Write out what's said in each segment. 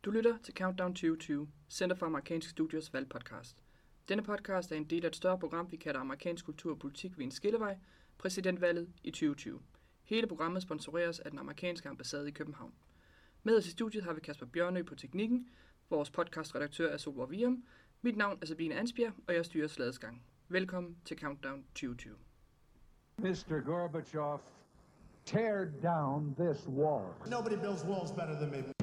Du lytter til Countdown 2020, Center for Amerikanske Studiers valgpodcast. Denne podcast er en del af et større program, vi kalder Amerikansk Kultur og Politik ved en skillevej, præsidentvalget i 2020. Hele programmet sponsoreres af den amerikanske ambassade i København. Med os i studiet har vi Kasper Bjørnø på teknikken, vores podcastredaktør er Solborg Vium, mit navn er Sabine Ansbjerg, og jeg styrer Sladesgang. Velkommen til Countdown 2020. Mr. Gorbachev, tear down this wall. Nobody builds walls better than me.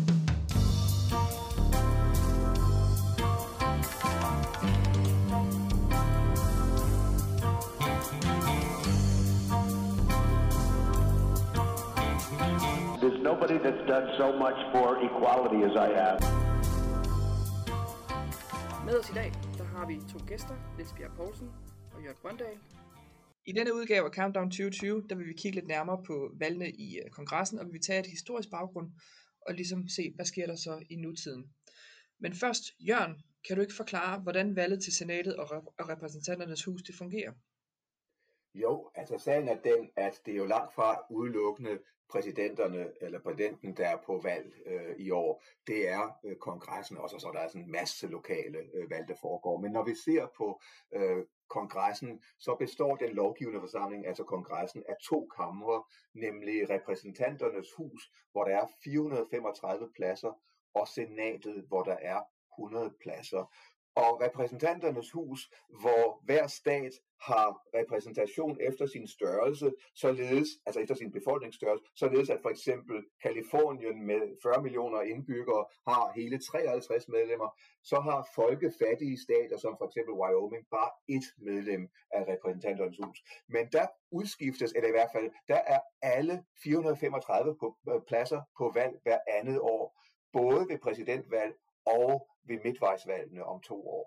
There's nobody that's done so much for equality as I have. Med os i dag, der har vi to gæster, Niels Bjerg Poulsen og Jørgen Brøndal. I denne udgave af Countdown 2020, der vil vi kigge lidt nærmere på valgene i kongressen, og vi vil tage et historisk baggrund og ligesom se, hvad sker der så i nutiden. Men først, Jørgen, kan du ikke forklare, hvordan valget til senatet og repræsentanternes hus det fungerer? Jo, altså sagen er den, at det er jo langt fra udelukkende præsidenterne eller præsidenten, der er på valg i år. Det er kongressen også, og så der er sådan en masse lokale valg, der foregår. Men når vi ser på kongressen, så består den lovgivende forsamling, altså kongressen, af to kamre, nemlig repræsentanternes hus, hvor der er 435 pladser, og senatet, hvor der er 100 pladser. Og repræsentanternes hus, hvor hver stat har repræsentation efter sin størrelse, således, altså efter sin befolkningsstørrelse, således at for eksempel Kalifornien med 40 millioner indbyggere har hele 53 medlemmer, så har folkefattige stater, som for eksempel Wyoming, bare ét medlem af repræsentanternes hus. Men der udskiftes, eller i hvert fald, der er alle 435 pladser på valg hver andet år, både ved præsidentvalg og ved midtvejsvalgene om 2 år.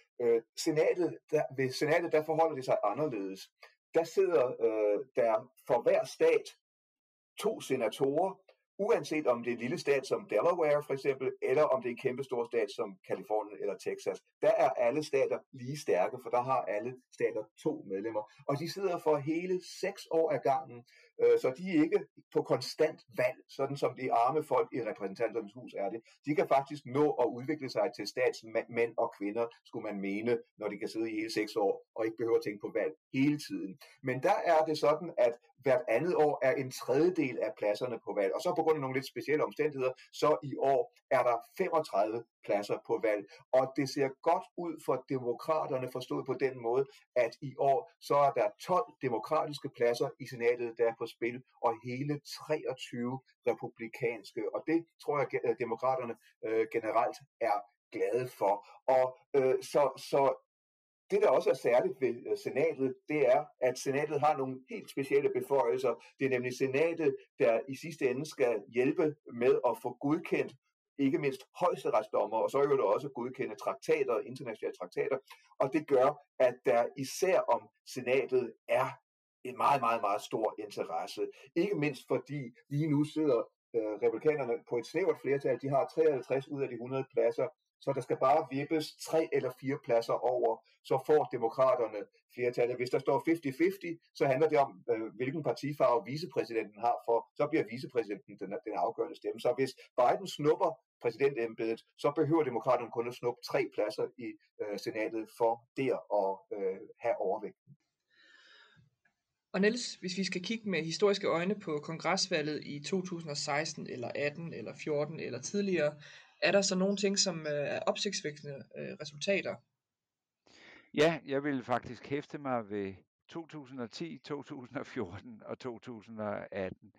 Ved senatet, der forholder det sig anderledes. Der sidder der for hver stat 2 senatorer, uanset om det er en lille stat som Delaware for eksempel, eller om det er en kæmpe stor stat som Kalifornien eller Texas. Der er alle stater lige stærke, for der har alle stater 2 medlemmer. Og de sidder for hele 6 år ad gangen, så de er ikke på konstant valg, sådan som de arme folk i repræsentanternes hus er det. De kan faktisk nå at udvikle sig til statsmænd og kvinder, skulle man mene, når de kan sidde i hele 6 år og ikke behøver at tænke på valg hele tiden. Men der er det sådan, at hvert andet år er en tredjedel af pladserne på valg, og så på grund af nogle lidt specielle omstændigheder, så i år er der 35 pladser på valg, og det ser godt ud for demokraterne, forstået på den måde, at i år så er der 12 demokratiske pladser i senatet, der er på spil, og hele 23 republikanske, og det tror jeg, at demokraterne generelt er glade for. Og så det, der også er særligt ved senatet, det er, at senatet har nogle helt specielle beføjelser. Det er nemlig senatet, der i sidste ende skal hjælpe med at få godkendt ikke mindst højesteretsdommer, og så er det også godkende traktater, internationale traktater, og det gør, at der især om senatet er en meget, meget, meget stor interesse. Ikke mindst fordi lige nu sidder republikanerne på et snævert flertal, de har 53 ud af de 100 pladser, så der skal bare vippes 3 eller 4 pladser over, så får demokraterne flertallet. Hvis der står 50-50, så handler det om, hvilken partifarve vicepræsidenten har, for så bliver vicepræsidenten den afgørende stemme. Så hvis Biden snupper præsidentembedet, så behøver demokraterne kun at snuppe 3 pladser i senatet for der at have overvægten. Og Niels, hvis vi skal kigge med historiske øjne på kongresvalget i 2016 eller 18 eller 14 eller tidligere, er der så nogle ting, som er opsigtsvækkende resultater? Ja, jeg vil faktisk hæfte mig ved 2010, 2014 og 2018.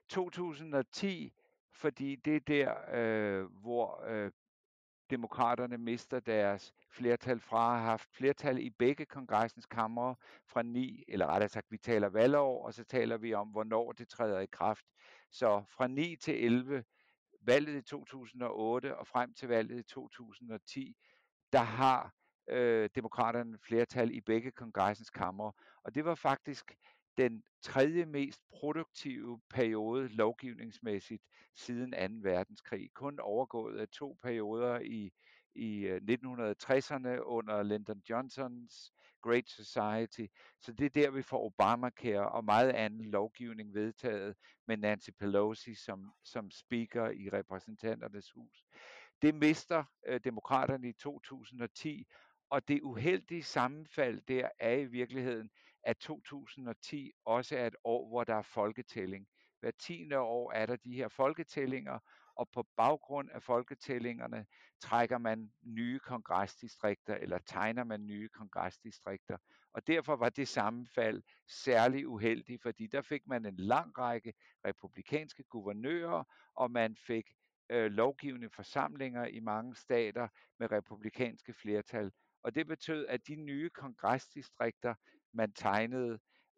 2010, fordi det er der, hvor demokraterne mister deres flertal fra at have haft flertal i begge kongressens kamre fra 9, eller rettere sagt, vi taler valgår, og så taler vi om, hvornår det træder i kraft. Så fra 9 til 11, valget i 2008 og frem til valget i 2010, der har demokraterne flertal i begge kongressens kamre. Og det var faktisk den tredje mest produktive periode lovgivningsmæssigt siden 2. verdenskrig. Kun overgået af 2 perioder i i 1960'erne under Lyndon Johnsons Great Society. Så det er der, vi får Obamacare og meget anden lovgivning vedtaget med Nancy Pelosi som speaker i repræsentanternes hus. Det mister demokraterne i 2010, og det uheldige sammenfald der er i virkeligheden, at 2010 også er et år, hvor der er folketælling. Hver 10. år er der de her folketællinger, og på baggrund af folketællingerne trækker man nye kongresdistrikter, eller tegner man nye kongresdistrikter. Og derfor var det sammenfald særlig uheldigt, fordi der fik man en lang række republikanske guvernører, og man fik lovgivende forsamlinger i mange stater med republikanske flertal. Og det betød, at de nye kongresdistrikter, man tegnede,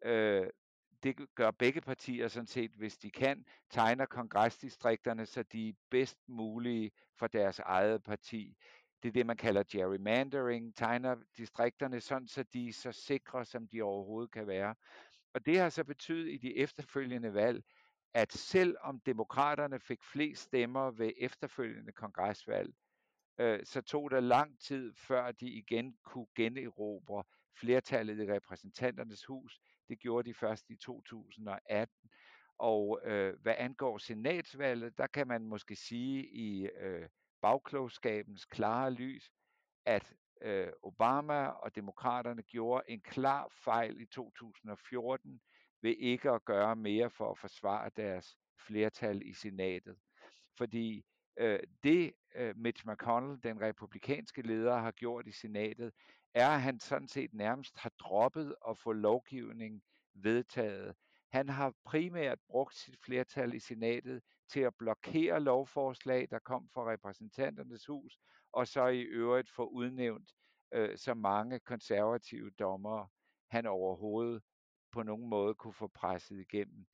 det gør begge partier sådan set, hvis de kan, tegner kongresdistrikterne, så de er bedst mulige for deres eget parti. Det er det, man kalder gerrymandering, tegner distrikterne sådan, så de er så sikre, som de overhovedet kan være. Og det har så betydet i de efterfølgende valg, at selvom demokraterne fik flest stemmer ved efterfølgende kongresvalg, så tog det lang tid, før de igen kunne generobre flertallet i repræsentanternes hus. Det gjorde de først i 2018. Og hvad angår senatsvalget, der kan man måske sige i bagklogskabens klare lys, at Obama og demokraterne gjorde en klar fejl i 2014 ved ikke at gøre mere for at forsvare deres flertal i senatet. Fordi det Mitch McConnell, den republikanske leder, har gjort i senatet, er, at han sådan set nærmest har droppet at få lovgivning vedtaget. Han har primært brugt sit flertal i senatet til at blokere lovforslag, der kom fra repræsentanternes hus, og så i øvrigt få udnævnt så mange konservative dommere, han overhovedet på nogen måde kunne få presset igennem.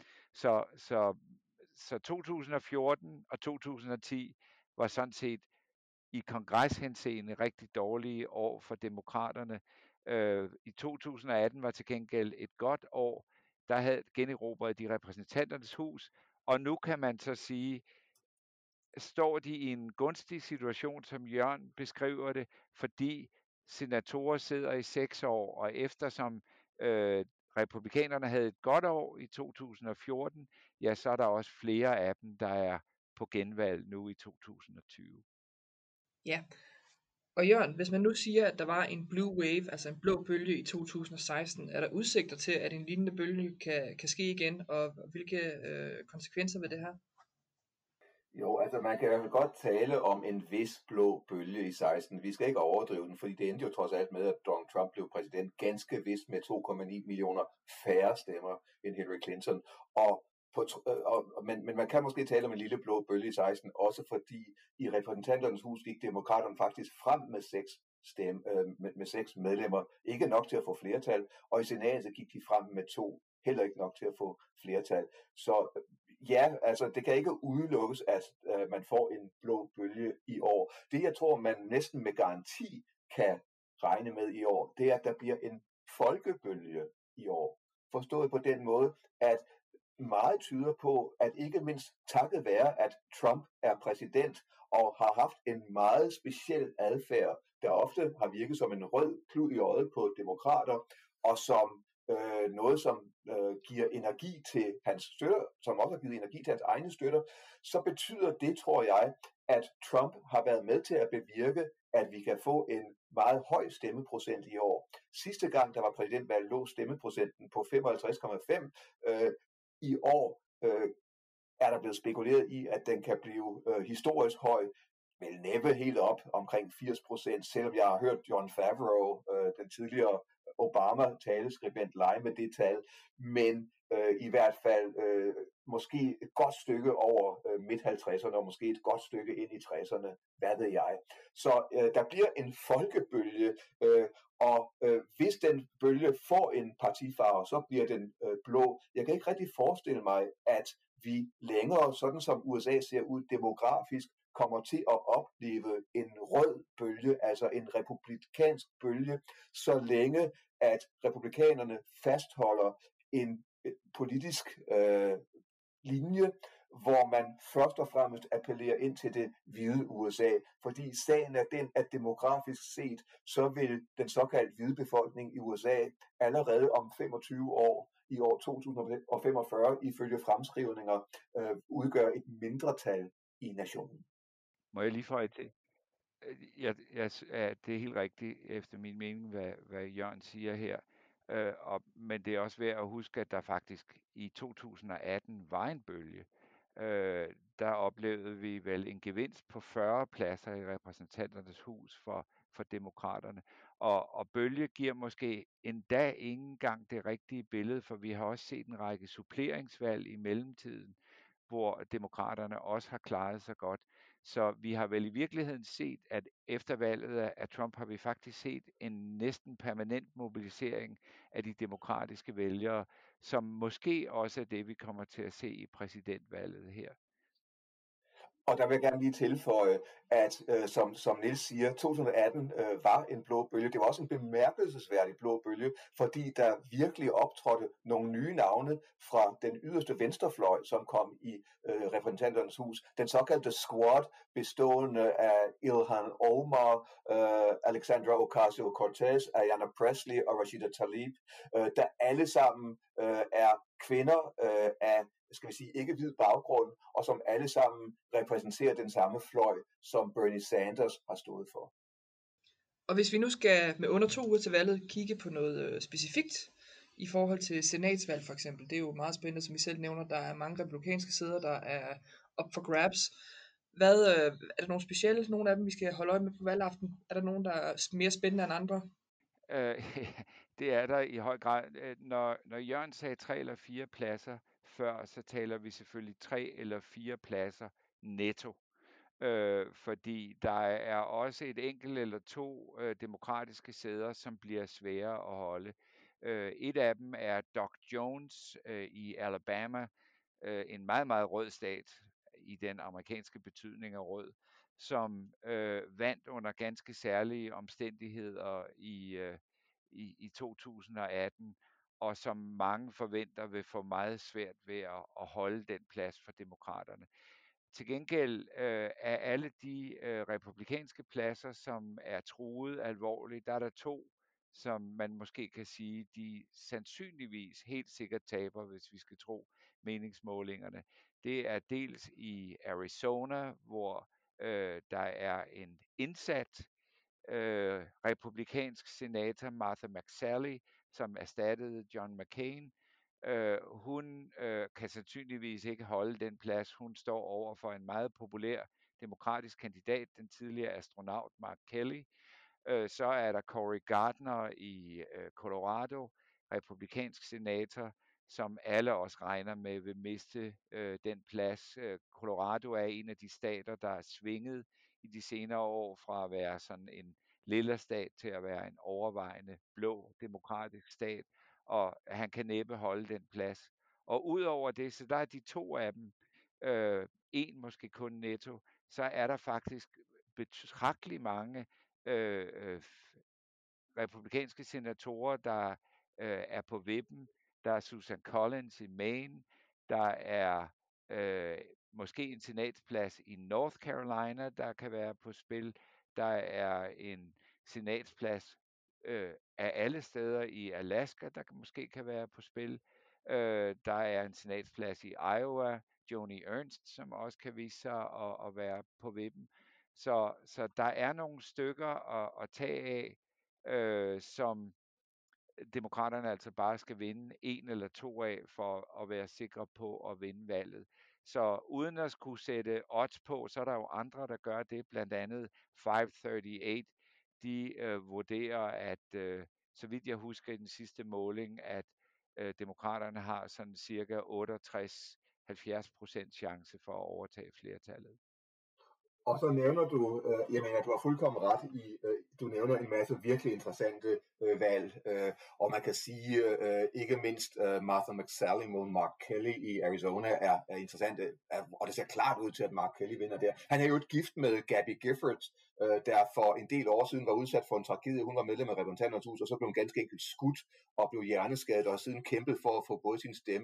Så 2014 og 2010 var sådan set i kongreshenseende rigtig dårlige år for demokraterne. I 2018 var til gengæld et godt år. Der havde generobret de repræsentanternes hus, og nu kan man så sige, står de i en gunstig situation, som Jørgen beskriver det, fordi senatorer sidder i 6 år, og eftersom republikanerne havde et godt år i 2014, ja, så er der også flere af dem, der er på genvalg nu i 2020. Ja, og Jørgen, hvis man nu siger, at der var en blue wave, altså en blå bølge i 2016, er der udsigter til, at en lignende bølge kan ske igen, og hvilke konsekvenser vil det have? Jo, altså man kan i hvert fald godt tale om en vis blå bølge i 16. Vi skal ikke overdrive den, fordi det endte jo trods alt med, at Donald Trump blev præsident ganske vist med 2,9 millioner færre stemmer end Hillary Clinton. Men man kan måske tale om en lille blå bølge i 16, også fordi i repræsentanternes hus gik demokraterne faktisk frem med 6 medlemmer. Ikke nok til at få flertal, og i senatet gik de frem med 2. Heller ikke nok til at få flertal. Så ja, altså det kan ikke udelukkes, at man får en blå bølge i år. Det jeg tror, man næsten med garanti kan regne med i år, det er, at der bliver en folkebølge i år. Forstået på den måde, at meget tyder på, at ikke mindst takket være, at Trump er præsident og har haft en meget speciel adfærd, der ofte har virket som en rød klud i øjet på demokrater, og som noget, som giver energi til hans støtter, som også har givet energi til hans egne støtter, så betyder det, tror jeg, at Trump har været med til at bevirke, at vi kan få en meget høj stemmeprocent i år. Sidste gang, der var præsidentvalg, lå stemmeprocenten på 55,5. I år er der blevet spekuleret i, at den kan blive historisk høj, vel næppe helt op omkring 80%, selvom jeg har hørt Jon Favreau, den tidligere Obama-taleskribent, lege med det tal, men i hvert fald måske et godt stykke over midt-50'erne, og måske et godt stykke ind i 60'erne, hvad ved jeg. Så der bliver en folkebølge, og hvis den bølge får en partifarve, så bliver den blå. Jeg kan ikke rigtig forestille mig, at vi længere, sådan som USA ser ud demografisk, kommer til at opleve en rød bølge, altså en republikansk bølge, så længe at republikanerne fastholder en politisk linje, hvor man først og fremmest appellerer ind til det hvide USA, fordi sagen er den, at demografisk set, så vil den såkaldt hvide befolkning i USA allerede om 25 år, i år 2045, ifølge fremskrivninger, udgøre et mindretal i nationen. Må jeg lige føje til? Det er helt rigtigt, efter min mening, hvad Jørgen siger her. Men det er også værd at huske, at der faktisk i 2018 var en bølge. Der oplevede vi vel en gevinst på 40 pladser i repræsentanternes hus for demokraterne. Og bølge giver måske endda ikke engang det rigtige billede, for vi har også set en række suppleringsvalg i mellemtiden, hvor demokraterne også har klaret sig godt. Så vi har vel i virkeligheden set, at efter valget af Trump har vi faktisk set en næsten permanent mobilisering af de demokratiske vælgere, som måske også er det, vi kommer til at se i præsidentvalget her. Og der vil jeg gerne lige tilføje, at som Niels siger, 2018 var en blå bølge. Det var også en bemærkelsesværdig blå bølge, fordi der virkelig optrådte nogle nye navne fra den yderste venstrefløj, som kom i repræsentanternes hus. Den såkaldte squad, bestående af Ilhan Omar, Alexandra Ocasio-Cortez, Ayanna Pressley og Rashida Tlaib, der alle sammen er kvinder af, skal vi sige, ikke hvid baggrund, og som alle sammen repræsenterer den samme fløj, som Bernie Sanders har stået for. Og hvis vi nu skal med under 2 uger til valget kigge på noget specifikt i forhold til senatsvalg for eksempel, det er jo meget spændende, som I selv nævner, der er mange republikanske sæder, der er op for grabs. Er der nogle specielle, nogle af dem, vi skal holde øje med på valgaften? Er der nogen, der er mere spændende end andre? Det er der i høj grad. Når Jørgen sagde 3 eller 4 pladser før, så taler vi selvfølgelig 3 eller 4 pladser netto. Fordi der er også et enkelt eller 2 demokratiske sæder, som bliver svære at holde. Et af dem er Doc Jones i Alabama, en meget, meget rød stat i den amerikanske betydning af rød, som vandt under ganske særlige omstændigheder i 2018, og som mange forventer vil få meget svært ved at holde den plads for demokraterne. Til gengæld er alle de republikanske pladser, som er truet alvorligt, der er der 2, som man måske kan sige, de sandsynligvis helt sikkert taber, hvis vi skal tro meningsmålingerne. Det er dels i Arizona, hvor der er en indsat republikansk senator, Martha McSally, som erstattede John McCain. Hun kan sandsynligvis ikke holde den plads. Hun står over for en meget populær demokratisk kandidat, den tidligere astronaut Mark Kelly. Så er der Cory Gardner i Colorado, republikansk senator, som alle også regner med vil miste den plads. Colorado er en af de stater, der er svinget i de senere år fra at være sådan en lille stat til at være en overvejende blå demokratisk stat, og han kan næppe holde den plads. Og udover det, så der er de 2 af dem, en måske kun netto, så er der faktisk betragteligt mange republikanske senatorer, der er på vippen. Der er Susan Collins i Maine, der er måske en senatsplads i North Carolina, der kan være på spil. Der er en senatsplads af alle steder i Alaska, der måske kan være på spil. Der er en senatsplads i Iowa, Joni Ernst, som også kan vise sig at være på vippen. Så der er nogle stykker at tage af, som demokraterne altså bare skal vinde 1 eller 2 af, for at være sikre på at vinde valget. Så uden at skulle sætte odds på, så er der jo andre, der gør det, blandt andet 538. De vurderer, at så vidt jeg husker i den sidste måling, at demokraterne har sådan cirka 68-70% chance for at overtage flertallet. Og så nævner du, du har fuldkommen ret i, du nævner en masse virkelig interessante valg, og man kan sige, ikke mindst Martha McSally mod Mark Kelly i Arizona er interessante, og det ser klart ud til, at Mark Kelly vinder der. Han er jo et gift med Gabby Giffords, der for en del år siden var udsat for en tragedie. Hun var medlem af repræsentanternes hus, og så blev hun ganske enkelt skudt og blev hjerneskadet, og siden kæmpet for at få både sin stemme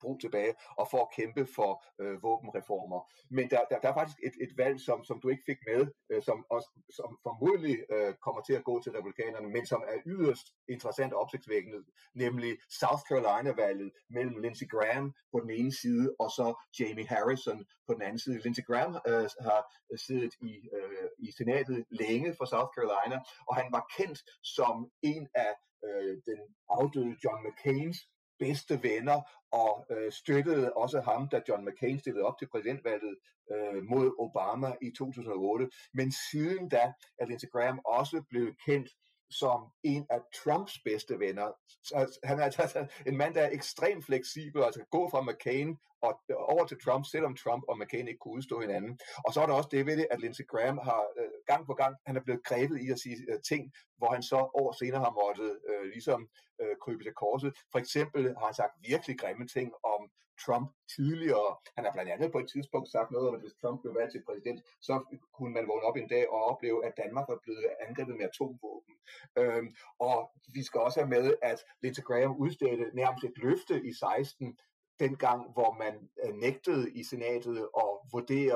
brug tilbage, og for at kæmpe for våbenreformer. Men der er faktisk et valg, som du ikke fik med, som formodentlig kommer til at gå til republikanerne, men som er yderst interessant og opsigtsvækkende, nemlig South Carolina-valget mellem Lindsey Graham på den ene side, og så Jamie Harrison på den anden side. Lindsey Graham har siddet i senatet længe for South Carolina, og han var kendt som en af den afdøde John McCains bedste venner, og støttede også ham, da John McCain stillede op til præsidentvalget mod Obama i 2008. Men siden da er Lindsey Graham også blevet kendt som en af Trumps bedste venner. Han er altså en mand, der er ekstremt fleksibel, altså gå fra McCain og over til Trump, selvom Trump og McCain ikke kunne udstå hinanden. Og så er der også det ved det, at Lindsey Graham har gang på gang, han er blevet grebet i at sige ting, hvor han så år senere har måttet krybe til korset. For eksempel har han sagt virkelig grimme ting om Trump tidligere. Han har blandt andet på et tidspunkt sagt noget om, at hvis Trump blev valgt til præsident, så kunne man vågne op en dag og opleve, at Danmark var blevet angrebet med atomvåben. Og vi skal også have med, at Lindsey Graham udstedte nærmest et løfte i 16, dengang, hvor man nægtede i senatet at vurdere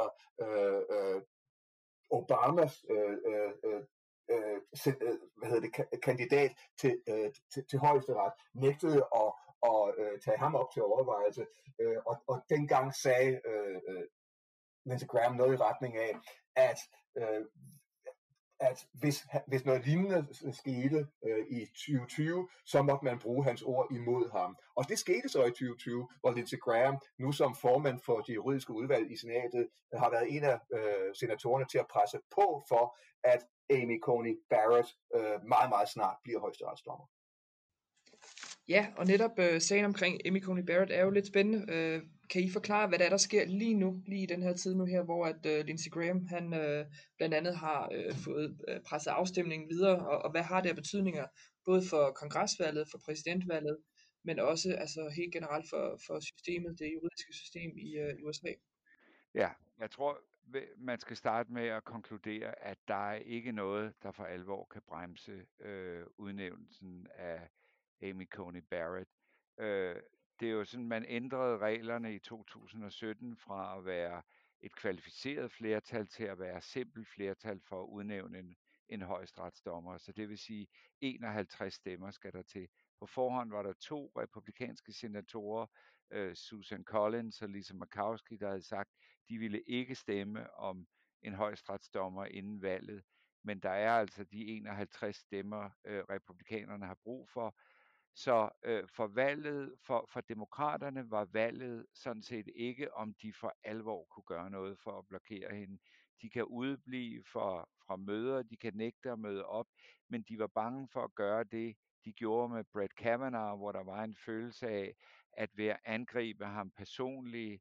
Obamas kandidat til højesteret, nægtede at tage ham op til overvejelse, og dengang sagde Lindsey Graham noget i retning af, at hvis noget lignende skete i 2020, så måtte man bruge hans ord imod ham. Og det skete så i 2020, hvor Lindsey Graham, nu som formand for de juridiske udvalg i senatet, har været en af senatorerne til at presse på for, at Amy Coney Barrett meget, meget snart bliver højesteretsdommer. Ja, og netop sagen omkring Amy Coney Barrett er jo lidt spændende. Kan I forklare, hvad der sker lige nu, lige i den her tid nu her, hvor at Lindsey Graham, han blandt andet har fået presset afstemningen videre, og hvad har det af betydninger, både for kongresvalget, for præsidentvalget, men også altså helt generelt for systemet, det juridiske system i USA? Ja, jeg tror, man skal starte med at konkludere, at der er ikke noget, der for alvor kan bremse udnævnelsen af Amy Coney Barrett. Det er jo sådan, man ændrede reglerne i 2017 fra at være et kvalificeret flertal til at være simpelt flertal for at udnævne en højesteretsdommer. Så det vil sige, 51 stemmer skal der til. På forhånd var der 2 republikanske senatorer, Susan Collins og Lisa Murkowski, der havde sagt, de ville ikke stemme om en højesteretsdommer inden valget. Men der er altså de 51 stemmer, republikanerne har brug for. Så for valget, for demokraterne var valget sådan set ikke, om de for alvor kunne gøre noget for at blokere hende. De kan udeblive fra møder, de kan nægte at møde op, men de var bange for at gøre det, de gjorde med Brett Kavanaugh, hvor der var en følelse af, at ved at angribe ham personligt,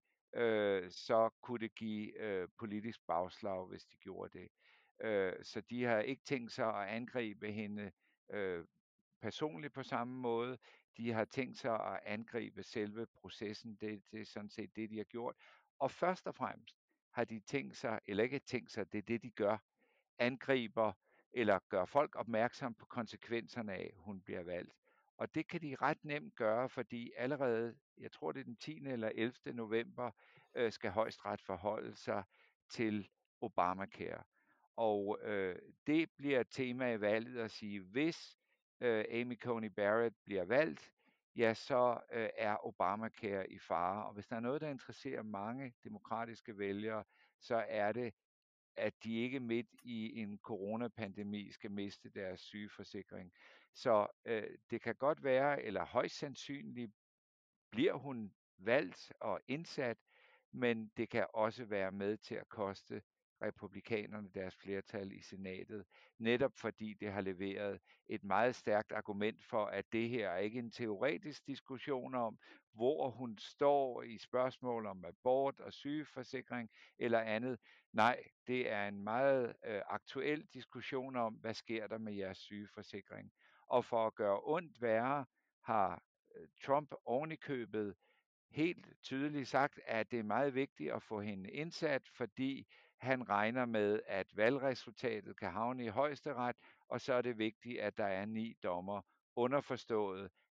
så kunne det give politisk bagslag, hvis de gjorde det. Så de har ikke tænkt sig at angribe hende personligt på samme måde. De har tænkt sig at angribe selve processen. Det er sådan set det, de har gjort. Og først og fremmest har de tænkt sig, eller ikke tænkt sig, det er det, de gør, angriber eller gør folk opmærksom på konsekvenserne af, at hun bliver valgt. Og det kan de ret nemt gøre, fordi allerede, jeg tror det er den 10. eller 11. november, skal højesteret forholde sig til Obamacare. Og det bliver et tema i valget at sige, hvis Amy Coney Barrett bliver valgt, ja, så er Obamacare i fare. Og hvis der er noget, der interesserer mange demokratiske vælgere, så er det, at de ikke midt i en coronapandemi skal miste deres sygeforsikring. Så det kan godt være, eller højst sandsynligt bliver hun valgt og indsat, men det kan også være med til at koste republikanerne deres flertal i senatet, netop fordi det har leveret et meget stærkt argument for, at det her er ikke en teoretisk diskussion om, hvor hun står i spørgsmål om abort og sygeforsikring eller andet. Nej, det er en meget aktuel diskussion om, hvad sker der med jeres sygeforsikring. Og for at gøre ondt værre, har Trump ovenikøbet helt tydeligt sagt, at det er meget vigtigt at få hende indsat, fordi han regner med, at valgresultatet kan havne i højesteret, og så er det vigtigt, at der er 9 dommer, underforstået,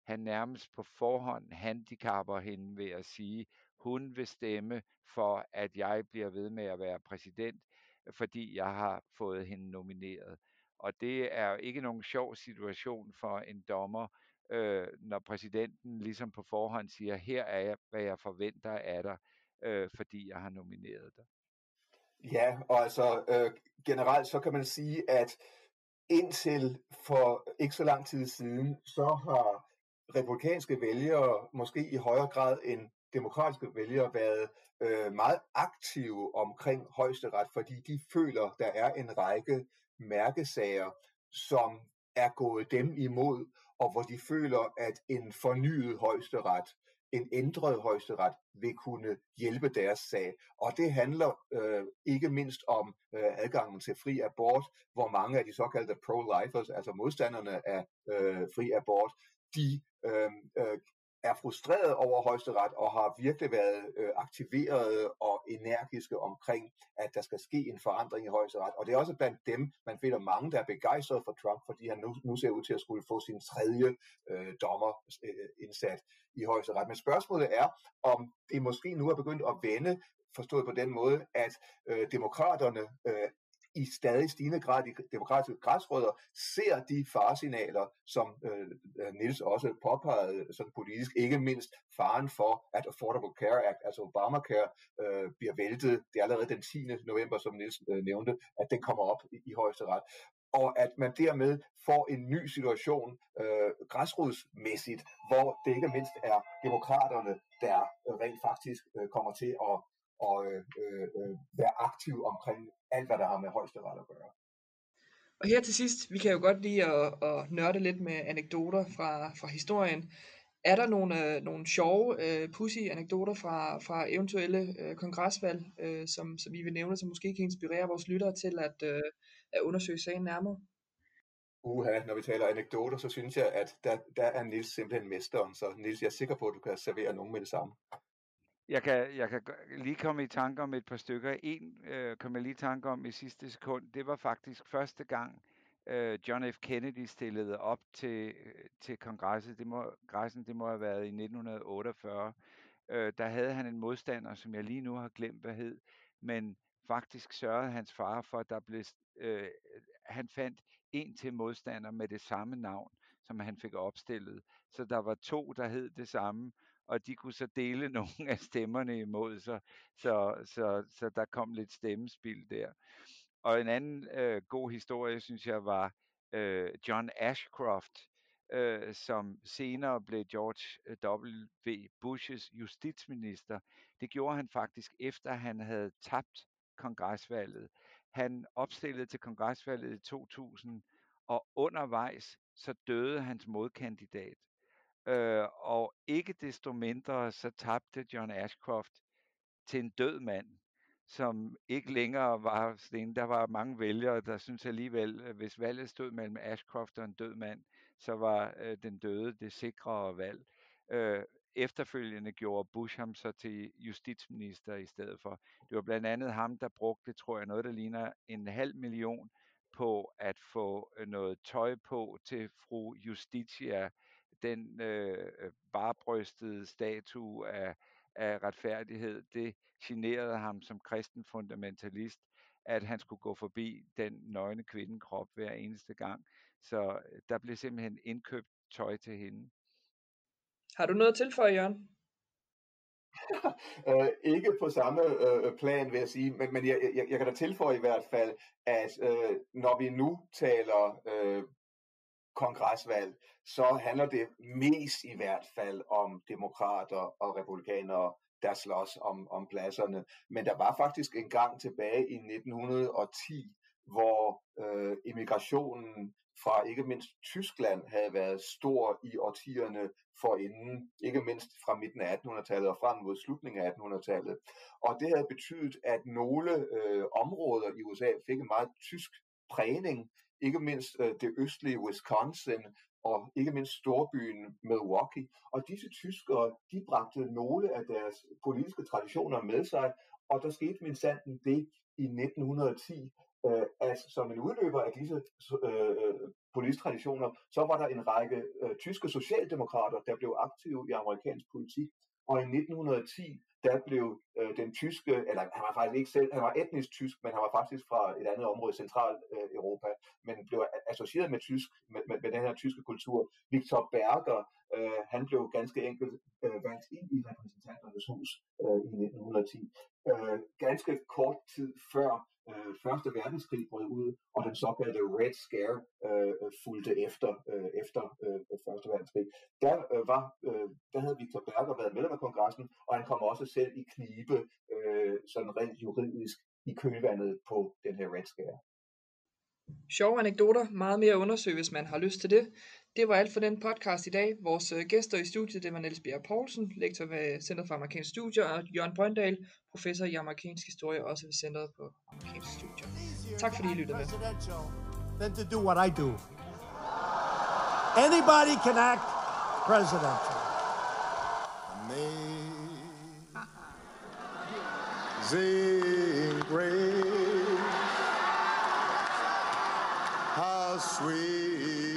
han nærmest på forhånd handicapper hende ved at sige, hun vil stemme for, at jeg bliver ved med at være præsident, fordi jeg har fået hende nomineret. Og det er jo ikke nogen sjov situation for en dommer, når præsidenten ligesom på forhånd siger, her er jeg, hvad jeg forventer af dig, fordi jeg har nomineret dig. Ja, og altså generelt så kan man sige, at indtil for ikke så lang tid siden, så har republikanske vælgere måske i højere grad end demokratiske vælgere været meget aktive omkring højesteret, fordi de føler, der er en række mærkesager, som er gået dem imod, og hvor de føler, at en fornyet højesteret, en ændret højesteret vil kunne hjælpe deres sag. Og det handler ikke mindst om adgangen til fri abort, hvor mange af de såkaldte pro-lifers, altså modstanderne af fri abort, de er frustreret over højesteret og har virkelig været aktiverede og energiske omkring, at der skal ske en forandring i højesteret. Og det er også blandt dem, man finder mange, der er begejstrede for Trump, fordi han nu ser ud til at skulle få sin tredje dommer indsat i højesteret. Men spørgsmålet er, om det måske nu er begyndt at vende, forstået på den måde, at demokraterne i stadig stigende grad i demokratiske græsrødder ser de faresignaler, som Niels også påpegede sådan politisk, ikke mindst faren for, at Affordable Care Act, altså Obamacare, bliver væltet. Det er allerede den 10. november, som Niels nævnte, at den kommer op i højesteret. Og at man dermed får en ny situation græsrodsmæssigt, hvor det ikke mindst er demokraterne, der rent faktisk kommer til at være aktiv omkring alt, hvad der har med højesteret at gøre. Og her til sidst, vi kan jo godt lide at nørde lidt med anekdoter fra historien. Er der nogle sjove, pussy anekdoter fra eventuelle kongresvalg, som I vil nævne, som måske kan inspirere vores lyttere til at undersøge sagen nærmere? Når vi taler anekdoter, så synes jeg, at der er Niels simpelthen mesteren. Så Niels, jeg er sikker på, at du kan servere nogen med det samme. Jeg kan lige komme i tanke om et par stykker. En kom jeg lige i tanke om i sidste sekund. Det var faktisk første gang, John F. Kennedy stillede op til kongressen. Det må have været i 1948. Der havde han en modstander, som jeg lige nu har glemt, hvad hed. Men faktisk sørgede hans far for, at der blev... han fandt en til modstander med det samme navn, som han fik opstillet. Så der var to, der hed det samme, og de kunne så dele nogle af stemmerne imod sig, så der kom lidt stemmespil der. Og en anden god historie, synes jeg, var John Ashcroft, som senere blev George W. Bushes justitsminister. Det gjorde han faktisk efter han havde tabt kongresvalget. Han opstillede til kongresvalget i 2000, og undervejs så døde hans modkandidat. Og ikke desto mindre så tabte John Ashcroft til en død mand, som ikke længere var sådan. Der var mange vælgere, der synes alligevel, hvis valget stod mellem Ashcroft og en død mand, så var den døde det sikrere valg. Efterfølgende gjorde Bush ham så til justitsminister i stedet for. Det var blandt andet ham, der brugte, tror jeg, noget, der ligner 500.000 på at få noget tøj på til fru Justitia, den barbrystede statue af retfærdighed. Det generede ham som kristen fundamentalist, at han skulle gå forbi den nøgne kvindekrop hver eneste gang. Så der blev simpelthen indkøbt tøj til hende. Har du noget at tilføje, Jørgen? Ikke på samme plan, vil jeg sige, men jeg kan da tilføje i hvert fald, at når vi nu taler kongresvalg, så handler det mest i hvert fald om demokrater og republikanere, der slås om pladserne. Men der var faktisk en gang tilbage i 1910, hvor immigrationen fra ikke mindst Tyskland havde været stor i årtierne forinden, ikke mindst fra midten af 1800-tallet og frem mod slutningen af 1800-tallet. Og det havde betydet, at nogle områder i USA fik en meget tysk prægning, ikke mindst det østlige Wisconsin og ikke mindst storbyen Milwaukee. Og disse tyskere, de bragte nogle af deres politiske traditioner med sig, og der skete minsandten det i 1910, at som en udløber af disse politiske traditioner, så var der en række tyske socialdemokrater, der blev aktive i amerikansk politik, og i 1910, der blev den tyske, eller han var faktisk ikke selv, han var etnisk tysk, men han var faktisk fra et andet område i Centraleuropa, men blev associeret med den her tyske kultur. Victor Berger, han blev ganske enkelt valgt ind i repræsentanternes hus i 1910. Ganske kort tid før Første Verdenskrig brød ud, og den såkaldte Red Scare fulgte efter Første Verdenskrig. Der havde Victor Berger været medlem af kongressen, og han kom også selv i knibe, sådan rent juridisk, i kølvandet på den her Red Scare. Sjove anekdoter, meget mere at undersøge, hvis man har lyst til det. Det var alt for den podcast i dag. Vores gæster i studiet, det var Niels Bjerg Poulsen, lektor ved Center for Amerikanske Studier, og Jørgen Brøndal, professor i amerikansk historie, også ved Centeret på Amerikanske Studier. Tak fordi I lyttede med. Than to do what I do. Anybody can act presidential. Amazing grace, how sweet